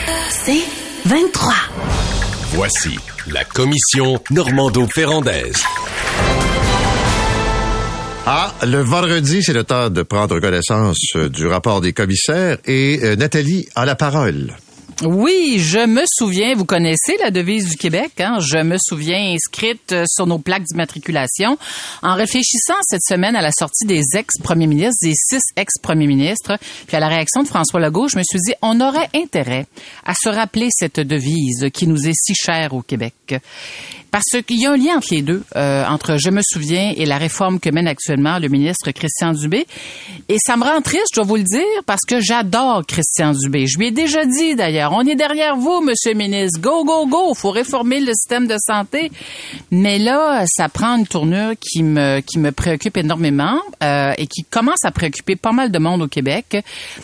C'est 23. Voici la commission Normando-Ferrandaise. Le vendredi, c'est le temps de prendre connaissance du rapport des commissaires et Nathalie a la parole. Oui, je me souviens, vous connaissez la devise du Québec, hein? Je me souviens, inscrite sur nos plaques d'immatriculation. En réfléchissant cette semaine à la sortie des ex-premiers ministres, des 6 ex-premiers ministres, puis à la réaction de François Legault, je me suis dit, on aurait intérêt à se rappeler cette devise qui nous est si chère au Québec. Parce qu'il y a un lien entre les deux, entre je me souviens et la réforme que mène actuellement le ministre Christian Dubé. Et ça me rend triste, je dois vous le dire, parce que j'adore Christian Dubé. Je lui ai déjà dit d'ailleurs, on est derrière vous, monsieur le ministre. Go, go, go, faut réformer le système de santé. Mais là, ça prend une tournure qui me préoccupe énormément et qui commence à préoccuper pas mal de monde au Québec.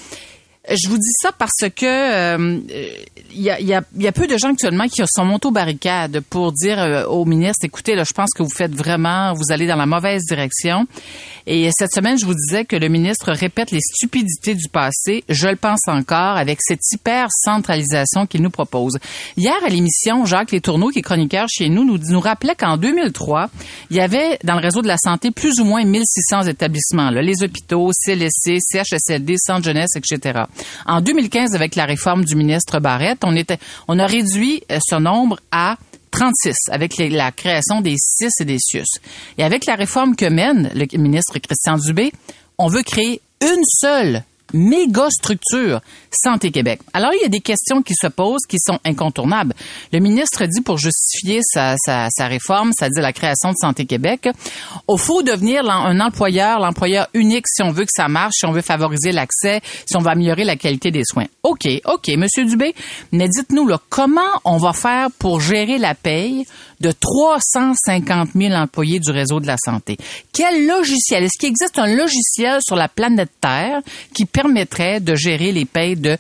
Je vous dis ça parce que il y a peu de gens actuellement qui sont montés aux barricades pour dire au ministre, écoutez, là, je pense que vous allez dans la mauvaise direction. Et cette semaine, je vous disais que le ministre répète les stupidités du passé. Je le pense encore avec cette hyper-centralisation qu'il nous propose. Hier, à l'émission, Jacques Letourneau, qui est chroniqueur chez nous, nous rappelait qu'en 2003, il y avait dans le réseau de la santé plus ou moins 1600 établissements, là, les hôpitaux, CLSC, CHSLD, Centre jeunesse, etc. En 2015, avec la réforme du ministre Barrette, on a réduit ce nombre à 36 avec la création des CIS et des CIUS. Et avec la réforme que mène le ministre Christian Dubé, on veut créer une seule méga structure Santé Québec. Alors, il y a des questions qui se posent qui sont incontournables. Le ministre dit, pour justifier sa réforme, c'est-à-dire la création de Santé Québec, il faut devenir l'employeur unique si on veut que ça marche, si on veut favoriser l'accès, si on veut améliorer la qualité des soins. OK, Monsieur Dubé, mais dites-nous, là, comment on va faire pour gérer la paye de 350 000 employés du réseau de la santé? Quel logiciel? Est-ce qu'il existe un logiciel sur la planète Terre qui permettrait de gérer les payes de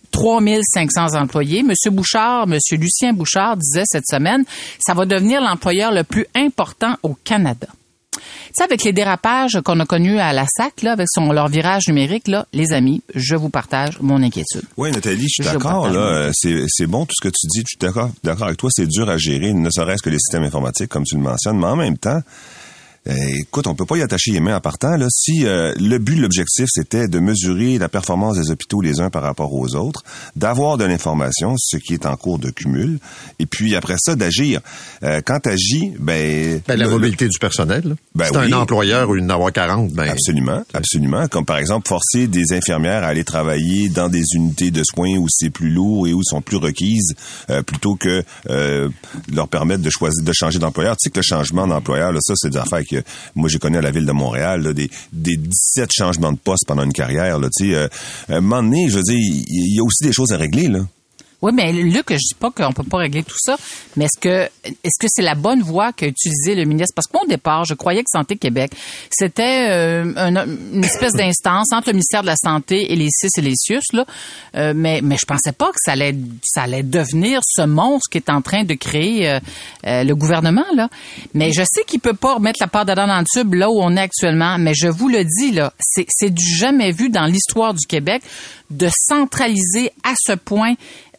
3500 employés? Monsieur Lucien Bouchard disait cette semaine, ça va devenir l'employeur le plus important au Canada. Tu sais, avec les dérapages qu'on a connus à la SAC, là, avec leur virage numérique, là, les amis, je vous partage mon inquiétude. Oui, Nathalie, je suis d'accord, là. C'est bon tout ce que tu dis. Je suis d'accord avec toi. C'est dur à gérer, ne serait-ce que les systèmes informatiques, comme tu le mentionnes. Mais en même temps, écoute, on peut pas y attacher les mains en partant, là. Si l'objectif, c'était de mesurer la performance des hôpitaux les uns par rapport aux autres, d'avoir de l'information, ce qui est en cours de cumul, et puis après ça, d'agir. Quand t'agis, la mobilité du personnel, là. C'est un employeur ou une avoir 40, Absolument. Comme par exemple, forcer des infirmières à aller travailler dans des unités de soins où c'est plus lourd et où sont plus requises, plutôt que leur permettre de changer d'employeur. Tu sais que le changement d'employeur, là, ça, c'est des affaires que moi j'ai connu à la ville de Montréal, là, des 17 changements de poste pendant une carrière, là, tu sais, à un moment donné, je veux dire, il y a aussi des choses à régler, là. Oui, mais Luc, je dis pas qu'on peut pas régler tout ça, mais est-ce que c'est la bonne voie qu'a utilisé le ministre? Parce qu'au départ, je croyais que Santé Québec, c'était une espèce d'instance entre le ministère de la Santé et les CIS et les CIUS, là. Mais je pensais pas que ça allait devenir ce monstre qui est en train de créer le gouvernement, là. Mais je sais qu'il peut pas remettre la part dedans dans le tube là où on est actuellement, mais je vous le dis, là, c'est du jamais vu dans l'histoire du Québec de centraliser à ce point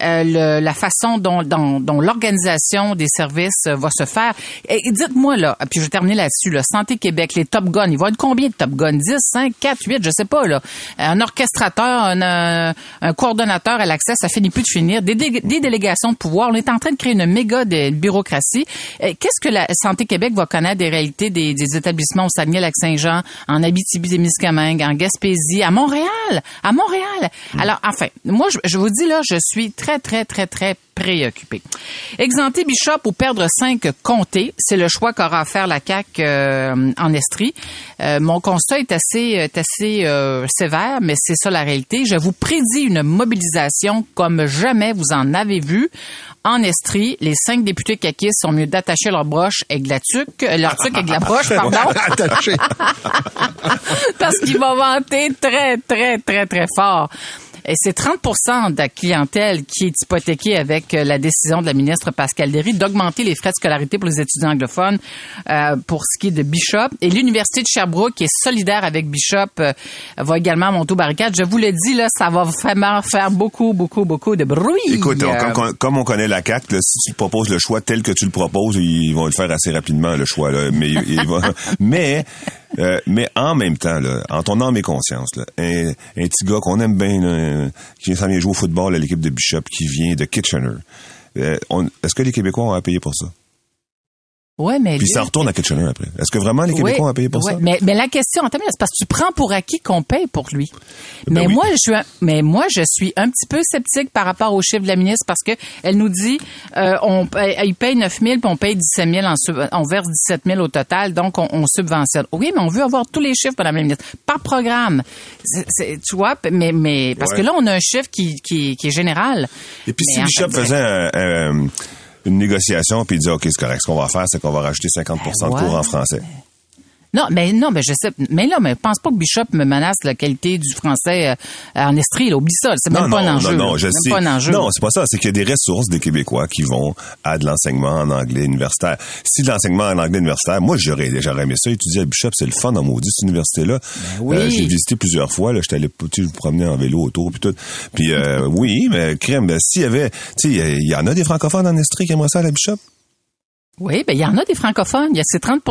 la façon dont l'organisation des services va se faire. Et dites-moi, là, puis je vais terminer là-dessus, là, Santé Québec, les Top Guns, il va y avoir combien de Top Guns? 10, 5, 4, 8, je sais pas, là. Un orchestrateur, un coordonnateur à l'accès, ça finit plus de finir. Des délégations de pouvoir. On est en train de créer une méga bureaucratie. Qu'est-ce que la Santé Québec va connaître des réalités des établissements au Saguenay-Lac-Saint-Jean, en Abitibi-Témiscamingue, en Gaspésie, à Montréal? Alors, enfin, moi, je vous dis, là, je suis très, très, très, très préoccupé. Exempter Bishop ou perdre 5 comtés, c'est le choix qu'aura à faire la CAQ en Estrie. Mon constat est assez sévère, mais c'est ça la réalité. Je vous prédis une mobilisation comme jamais vous en avez vu. En Estrie, les 5 députés caquistes sont mieux d'attacher leur tuque avec la broche, pardon. Parce qu'ils vont vanter très, très, très, très fort. Et c'est 30% de la clientèle qui est hypothéquée avec la décision de la ministre Pascale Derry d'augmenter les frais de scolarité pour les étudiants anglophones pour ce qui est de Bishop. Et l'Université de Sherbrooke, qui est solidaire avec Bishop, va également monter aux barricades. Je vous le dis, là, ça va vraiment faire beaucoup de bruit. Écoute, comme on connaît la CAQ, là, si tu proposes le choix tel que tu le proposes, ils vont le faire assez rapidement, le choix. Là. Mais en même temps, là, en ton âme et conscience, là, un petit gars qu'on aime bien, là, qui s'en vient jouer au football à l'équipe de Bishop, qui vient de Kitchener, est-ce que les Québécois ont à payer pour ça? Ouais, mais puis ça retourne à Kitchener après. Est-ce que vraiment les Québécois ont payé pour ça? Mais la question, attends, c'est parce que tu prends pour acquis qu'on paye pour lui. Ben Moi, je suis un petit peu sceptique par rapport au chiffre de la ministre parce que elle nous dit, il paye 9 000 puis on paye 17 000 on verse 17 000 au total, donc on subventionne. Oui, mais on veut avoir tous les chiffres, madame la ministre, par programme. Tu vois, mais parce que là, on a un chiffre qui est général. Et puis si Bishop faisait une négociation puis il dit OK, c'est correct, ce qu'on va faire, c'est qu'on va rajouter 50% de cours en français. Non, mais je sais. Mais là, je pense pas que Bishop me menace la qualité du français en Estrie. Là, oublie ça. C'est même pas un enjeu. Non, je sais. Non, c'est pas ça. C'est qu'il y a des ressources des Québécois qui vont à de l'enseignement en anglais universitaire. Si de l'enseignement en anglais universitaire, moi, j'aurais aimé ça étudier à Bishop. C'est le fun en maudit, cette université-là. Oui. J'ai visité plusieurs fois. Là, j'étais allé me promener en vélo autour puis tout. Puis oui, mais crème, s'il y avait, tu sais, il y en a des francophones en Estrie qui aimeraient ça à la Bishop. Oui, il y en a des francophones. C'est 30%.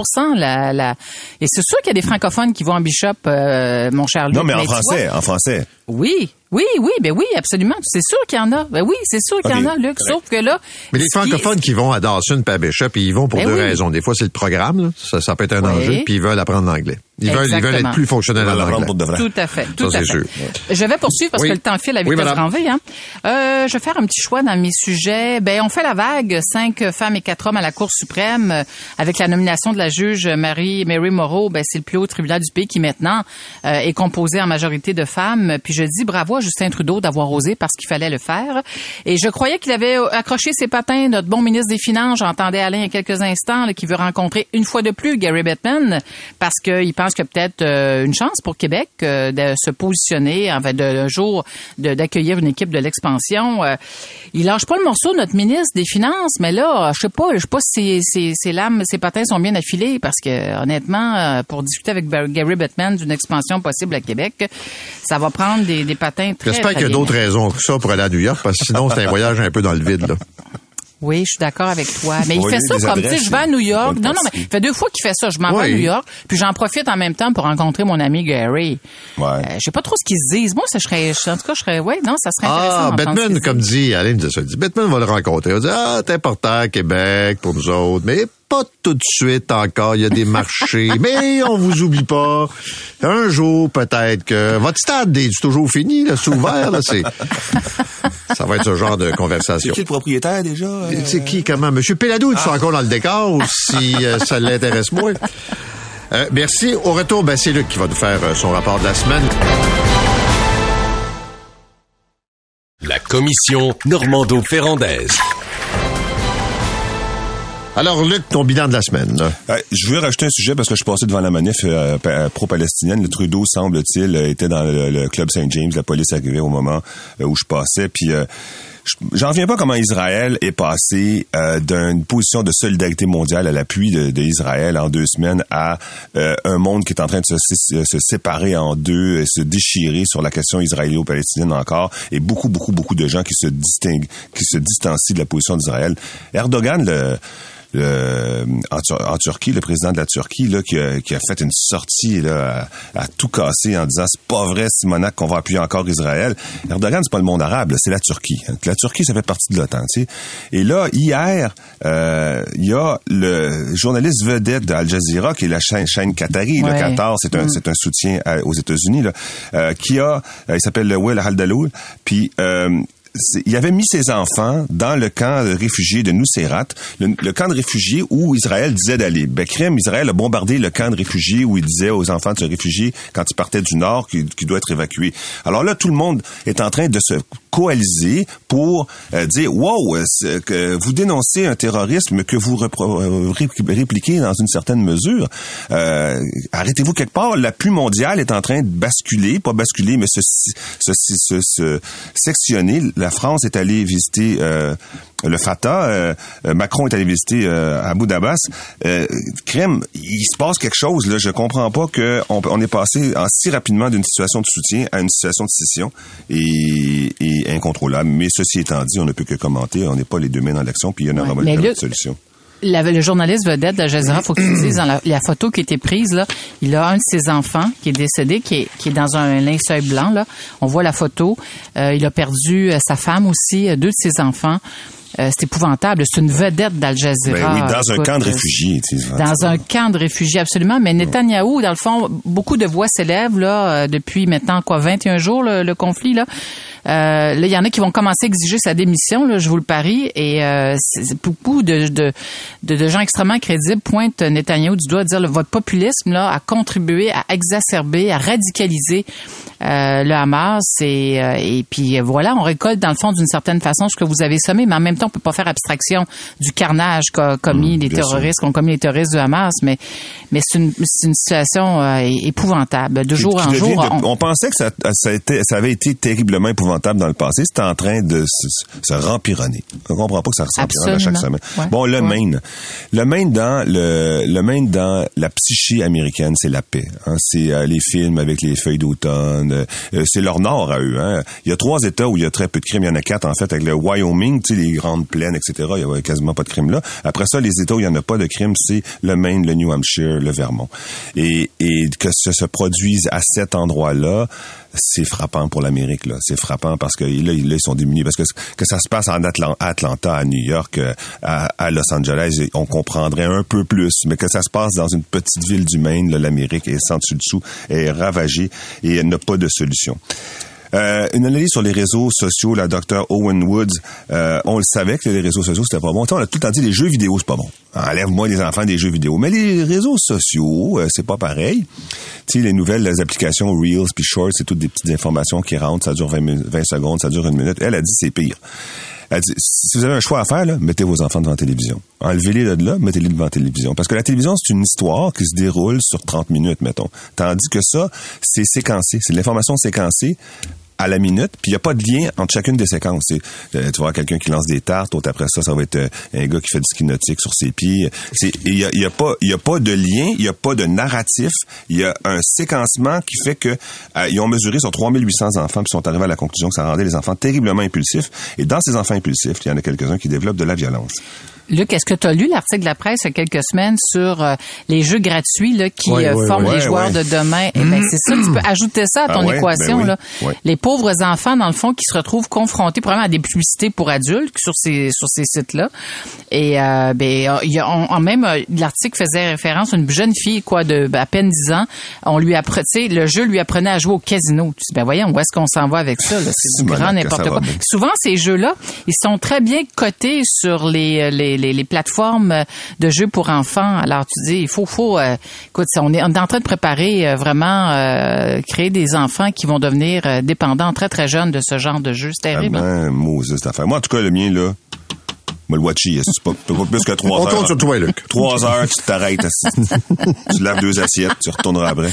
Et c'est sûr qu'il y a des francophones qui vont à Bishop, mon cher Luc. Non, mais en français. Oui, absolument. C'est sûr qu'il y en a. Ben oui, c'est sûr qu'il y en a, Luc. Sauf que là. Mais les francophones qui vont à Dawson et à Bishop, ils y vont pour deux raisons. Des fois, c'est le programme, là. Ça peut être un enjeu, puis ils veulent apprendre l'anglais. Ils veulent être plus fonctionnels en anglais. Pour de vrai. Tout à fait. C'est sûr. Je vais poursuivre parce que le temps file à vitesse grand V. Hein. Je vais faire un petit choix dans mes sujets. On fait la vague. 5 femmes et 4 hommes à la Cour suprême avec la nomination de la juge Mary Moreau. C'est le plus haut tribunal du pays qui maintenant est composé en majorité de femmes. Puis je dis bravo à Justin Trudeau d'avoir osé parce qu'il fallait le faire. Et je croyais qu'il avait accroché ses patins, notre bon ministre des Finances. J'entendais Alain il y a quelques instants là, qui veut rencontrer une fois de plus Gary Bettman parce qu'il pense qu'il y a peut-être une chance pour Québec de se positionner, un jour d'accueillir une équipe de l'expansion. Il lâche pas le morceau, notre ministre des Finances, mais là, je sais pas si ses patins sont bien affilés parce que honnêtement, pour discuter avec Gary Bettman d'une expansion possible à Québec, ça va prendre des patins très. J'espère qu'il y a d'autres raisons que ça pour aller à New York parce que sinon c'est un voyage un peu dans le vide là. Oui, je suis d'accord avec toi. Mais il fait ça comme, tu sais, je vais à New York. Non, mais il fait 2 fois qu'il fait ça. Je m'en vais à New York, puis j'en profite en même temps pour rencontrer mon ami Gary. Ouais. Je sais pas trop ce qu'ils se disent. Moi, ça serait intéressant. Bettman, comme dit, Alain me dit ça. Bettman va le rencontrer. Il va dire, c'est important à Québec pour nous autres, mais pas tout de suite encore. Il y a des marchés, mais on vous oublie pas. Un jour, peut-être que votre stade est toujours fini, là, c'est ouvert, là, ça va être ce genre de conversation. C'est qui le propriétaire, déjà? C'est qui, comment? Monsieur Péladou, tu es encore dans le décor ou si ça l'intéresse moins? Merci. Au retour, c'est Luc qui va nous faire son rapport de la semaine. La commission Normando-Ferrandaise. Alors, Luc, ton bilan de la semaine. Je veux rajouter un sujet parce que je suis passé devant la manif pro-palestinienne. Le Trudeau, semble-t-il, était dans le club Saint-James. La police arrivait au moment où je passais. Puis, j'en reviens pas comment Israël est passé d'une position de solidarité mondiale à l'appui d'Israël en 2 semaines à un monde qui est en train de se séparer en deux, et se déchirer sur la question israélo-palestinienne encore, et beaucoup de gens qui se distancient de la position d'Israël. Erdogan, en Turquie, le président de la Turquie, là, qui a fait une sortie, là, à tout casser en disant c'est pas vrai, Simonac, qu'on va appuyer encore Israël. Erdogan, c'est pas le monde arabe, là, c'est la Turquie. La Turquie, ça fait partie de l'OTAN, tu sais. Et là, hier, il y a le journaliste vedette d'Al Jazeera, qui est la chaîne qatari, le Qatar, c'est un soutien aux États-Unis, là, il s'appelle Will Haldaloul, puis il avait mis ses enfants dans le camp de réfugiés de Nuseirat, le camp de réfugiés où Israël disait d'aller. Crème, Israël a bombardé le camp de réfugiés où il disait aux enfants de se réfugier quand ils partaient du nord qu'il doit être évacué. Alors là, tout le monde est en train de se coaliser pour dire wow, que vous dénoncez un terrorisme que vous répliquez dans une certaine mesure. Arrêtez-vous quelque part. La pluie mondiale est en train de basculer, pas basculer, mais se sectionner. La France est allée visiter le Fatah, Macron est allé visiter Abu Dhabi. Crème, il se passe quelque chose là. Je comprends pas que on est passé si rapidement d'une situation de soutien à une situation de scission et incontrôlable. Mais ceci étant dit, on ne peut que commenter. On n'est pas les deux mains dans l'action, puis il y en aura pas de solution. Le journaliste vedette d'Al Jazeera, faut que tu dises, dans la photo qui a été prise, là, il a un de ses enfants qui est décédé, qui est dans un linceul blanc, là. On voit la photo. Il a perdu sa femme aussi, 2 de ses enfants. C'est épouvantable. C'est une vedette d'Al Jazeera. Ben oui, dans un camp de réfugiés. Dans un camp de réfugiés, absolument. Mais Netanyahou, dans le fond, beaucoup de voix s'élèvent là depuis maintenant 21 jours le conflit là. Là, il y en a qui vont commencer à exiger sa démission, là, je vous le parie, et c'est beaucoup de gens extrêmement crédibles pointent Netanyahou du doigt, à dire votre populisme là a contribué à exacerber, à radicaliser le Hamas, et puis voilà, on récolte dans le fond d'une certaine façon ce que vous avez sommé, mais en même temps on peut pas faire abstraction du carnage qu'a commis les terroristes, qu'ont commis les terroristes du Hamas, mais c'est une situation épouvantable. De jour en jour, on pensait que ça avait été terriblement épouvantable dans le passé, c'est en train de se rempironner. On comprend pas que ça s'empironne à chaque semaine. Ouais. Bon, le Maine dans la psyché américaine, c'est la paix. Hein? C'est les films avec les feuilles d'automne. C'est leur nord à eux. Hein? Il y a 3 États où il y a très peu de crimes. Il y en a 4 en fait avec le Wyoming, tu sais, les grandes plaines, etc. Il y a quasiment pas de crimes là. Après ça, les États où il y en a pas de crimes, c'est le Maine, le New Hampshire, le Vermont. Et que ça se produise à cet endroit-là, c'est frappant pour l'Amérique, là. C'est frappant parce que là, ils sont démunis. Parce que ça se passe en Atlanta, à New York, à Los Angeles, on comprendrait un peu plus. Mais que ça se passe dans une petite ville du Maine, là, l'Amérique est sans dessus dessous, est ravagée et elle n'a pas de solution. Une analyse sur les réseaux sociaux, la Dr. Owen Woods, on le savait que les réseaux sociaux, c'était pas bon. On a tout le temps dit les jeux vidéo, c'est pas bon. Enlève-moi les enfants des jeux vidéo. Mais les réseaux sociaux, c'est pas pareil. Tu sais, les nouvelles applications Reels puis Shorts, c'est toutes des petites informations qui rentrent, ça dure 20 secondes, ça dure 1 minute. Elle a dit c'est pire. Elle dit, si vous avez un choix à faire, là, mettez vos enfants devant la télévision. Enlevez-les de là, mettez-les devant la télévision. Parce que la télévision, c'est une histoire qui se déroule sur 30 minutes, mettons. Tandis que ça, c'est séquencé. C'est de l'information séquencée à la minute, puis il n'y a pas de lien entre chacune des séquences. Tu vas voir quelqu'un qui lance des tartes, autre après ça va être un gars qui fait du ski nautique sur ses pieds. Il y a pas de lien, il y a pas de narratif, il y a un séquencement qui fait que ils ont mesuré sur 3800 enfants puis sont arrivés à la conclusion que ça rendait les enfants terriblement impulsifs. Et dans ces enfants impulsifs, il y en a quelques-uns qui développent de la violence. Luc, est-ce que tu as lu l'article de la presse il y a quelques semaines sur les jeux gratuits là, qui forment les joueurs de demain? Eh ben, c'est ça, tu peux ajouter ça à ton équation. Là. Les pauvres enfants, dans le fond, qui se retrouvent confrontés probablement à des publicités pour adultes sur ces sites-là. Et même l'article faisait référence à une jeune fille de à peine 10 ans. On lui apprenait, le jeu lui apprenait à jouer au casino. Tu dis, ben voyons, où est-ce qu'on s'en va avec ça? Là? C'est du grand n'importe quoi. Souvent, ces jeux-là, ils sont très bien cotés sur les plateformes de jeux pour enfants. Alors, tu dis, il faut écoute, on est en train de préparer vraiment créer des enfants qui vont devenir dépendants très, très jeunes de ce genre de jeu. C'est terrible. Moses, cette affaire. Moi, en tout cas, le mien, là, moi, le watchy, c'est pas plus que 3 heures. On compte sur toi, Luc. 3 heures, tu t'arrêtes. Tu laves 2 assiettes, tu retourneras après.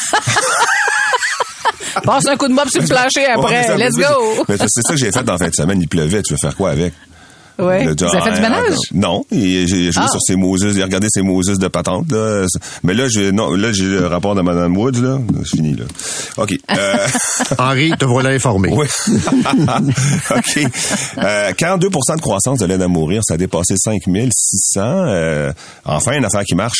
Passe un coup de mop sur le plancher après. Let's go! Mais c'est ça que j'ai fait dans la fin de semaine. Il pleuvait. Tu veux faire quoi avec? Ouais. Vous avez fait du ménage? Non. J'ai joué sur ces Moses, j'ai regardé ces Moses de patente, là. Mais là, j'ai le rapport de Mme Woods, là. C'est fini, là. OK. Henri, te voilà informé. Oui. OK. 42% de croissance de l'aide à mourir, ça a dépassé 5600. Enfin, une affaire qui marche.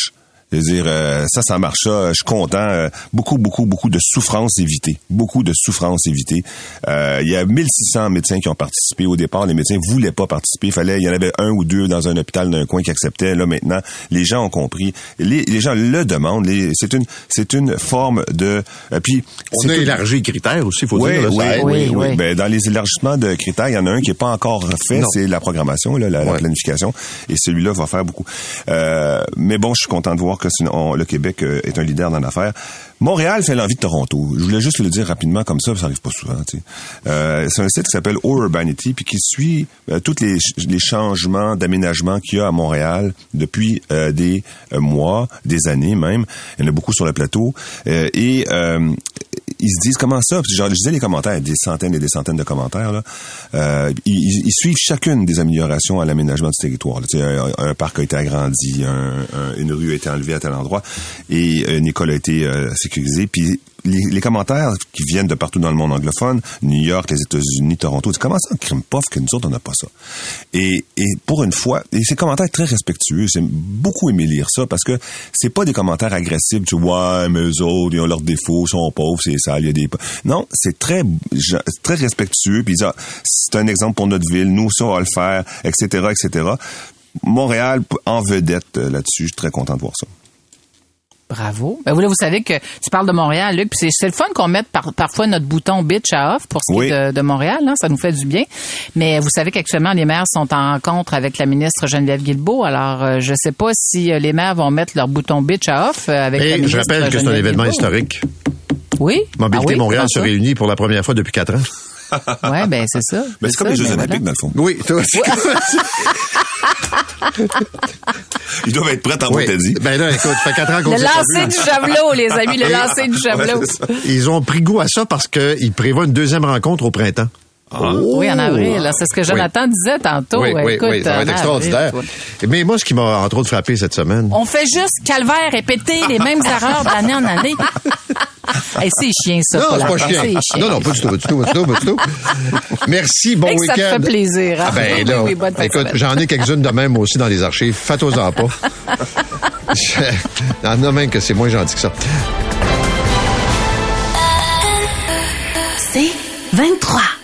Je veux dire, ça marche, ça. Je suis content. Beaucoup de souffrances évitées. Beaucoup de souffrances évitées. Il y a 1600 médecins qui ont participé. Au départ, les médecins voulaient pas participer. Il y en avait un ou deux dans un hôpital d'un coin qui acceptaient. Là, maintenant, les gens ont compris. Les gens le demandent. C'est une forme de... puis on a élargi les critères aussi, faut dire. Oui. Ben, dans les élargissements de critères, il y en a un qui est pas encore fait. Non. C'est la programmation, là, la planification. Et celui-là va faire beaucoup. Mais bon, je suis content de voir que le Québec est un leader dans l'affaire. Montréal fait l'envie de Toronto. Je voulais juste le dire rapidement comme ça arrive pas souvent. Tu sais. C'est un site qui s'appelle Urbanity puis qui suit tous les changements d'aménagement qu'il y a à Montréal depuis des mois, des années même. Il y en a beaucoup sur le plateau. Et ils se disent comment ça? Puis, genre, je disais les commentaires, des centaines et des centaines de commentaires. Là. Ils suivent chacune des améliorations à l'aménagement du territoire. Là. Tu sais, un parc a été agrandi, une rue a été enlevée à tel endroit et une école a été sécurisée. Puis les commentaires qui viennent de partout dans le monde anglophone, New York, les États-Unis, Toronto, comment ça, crime pof que nous autres, on n'a pas ça? Et pour une fois, et ces commentaires très respectueux, j'ai beaucoup aimé lire ça parce que c'est pas des commentaires agressifs, tu vois, ouais, mais eux autres, ils ont leurs défauts, ils sont pauvres, c'est ça, il y a des... Non, c'est très respectueux, puis c'est un exemple pour notre ville, nous, ça, on va le faire, etc., etc. Montréal, en vedette là-dessus, je suis très content de voir ça. Bravo. Ben vous savez que tu parles de Montréal, Luc, puis c'est le fun qu'on mette parfois notre bouton bitch à off pour ce qui est de Montréal, hein, ça nous fait du bien. Mais vous savez qu'actuellement, les maires sont en rencontre avec la ministre Geneviève Guilbeault. Alors, je sais pas si les maires vont mettre leur bouton bitch à off avec la ministre. Je rappelle que c'est un événement historique. Oui. Mobilité Montréal se réunit pour la première fois depuis 4 ans. Ouais, ben c'est ça. Ben c'est comme les Jeux Olympiques, dans le fond. Oui, toi aussi. Ils doivent être prêts en dit. Ben là, écoute, ça fait 4 ans qu'on le lancer du javelot, les amis, le lancer du javelot. Ils ont pris goût à ça parce qu'ils prévoient une deuxième rencontre au printemps. Oui, en avril. C'est ce que Jonathan disait tantôt. Écoute, ça va être extraordinaire. Mais moi, ce qui m'a entre autres frappé cette semaine... On fait juste calvaire, répéter les mêmes erreurs d'année en année. Hey, c'est chiant, ça. Non, c'est pas chiant. Non, pas du tout. Merci, bon week-end. Ça te fait plaisir. Hein? Ah ben là, oui, bonne écoute, j'en ai quelques-unes de même aussi dans les archives. Faites-en pas. Il y en a même que c'est moins gentil que ça. C'est 23.